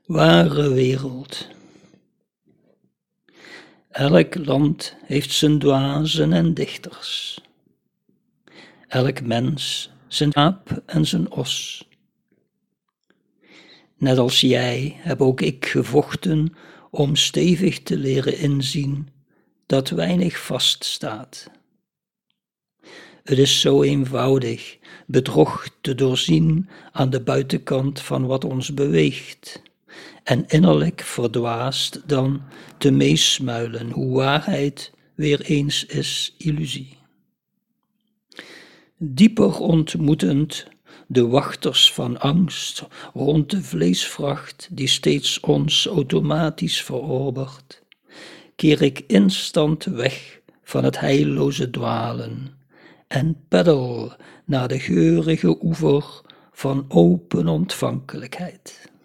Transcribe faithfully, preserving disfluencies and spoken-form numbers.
Ware wereld. Elk land heeft zijn dwazen en dichters. Elk mens zijn aap en zijn os. Net als jij heb ook ik gevochten om stevig te leren inzien dat weinig vaststaat. Het is zo eenvoudig bedrog te doorzien aan de buitenkant van wat ons beweegt en innerlijk verdwaasd dan te meesmuilen hoe waarheid weer eens is illusie. Dieper ontmoetend de wachters van angst rond de vleesvracht die steeds ons automatisch verorbert, keer ik instant weg van het heilloze dwalen en peddel naar de geurige oever van open ontvankelijkheid.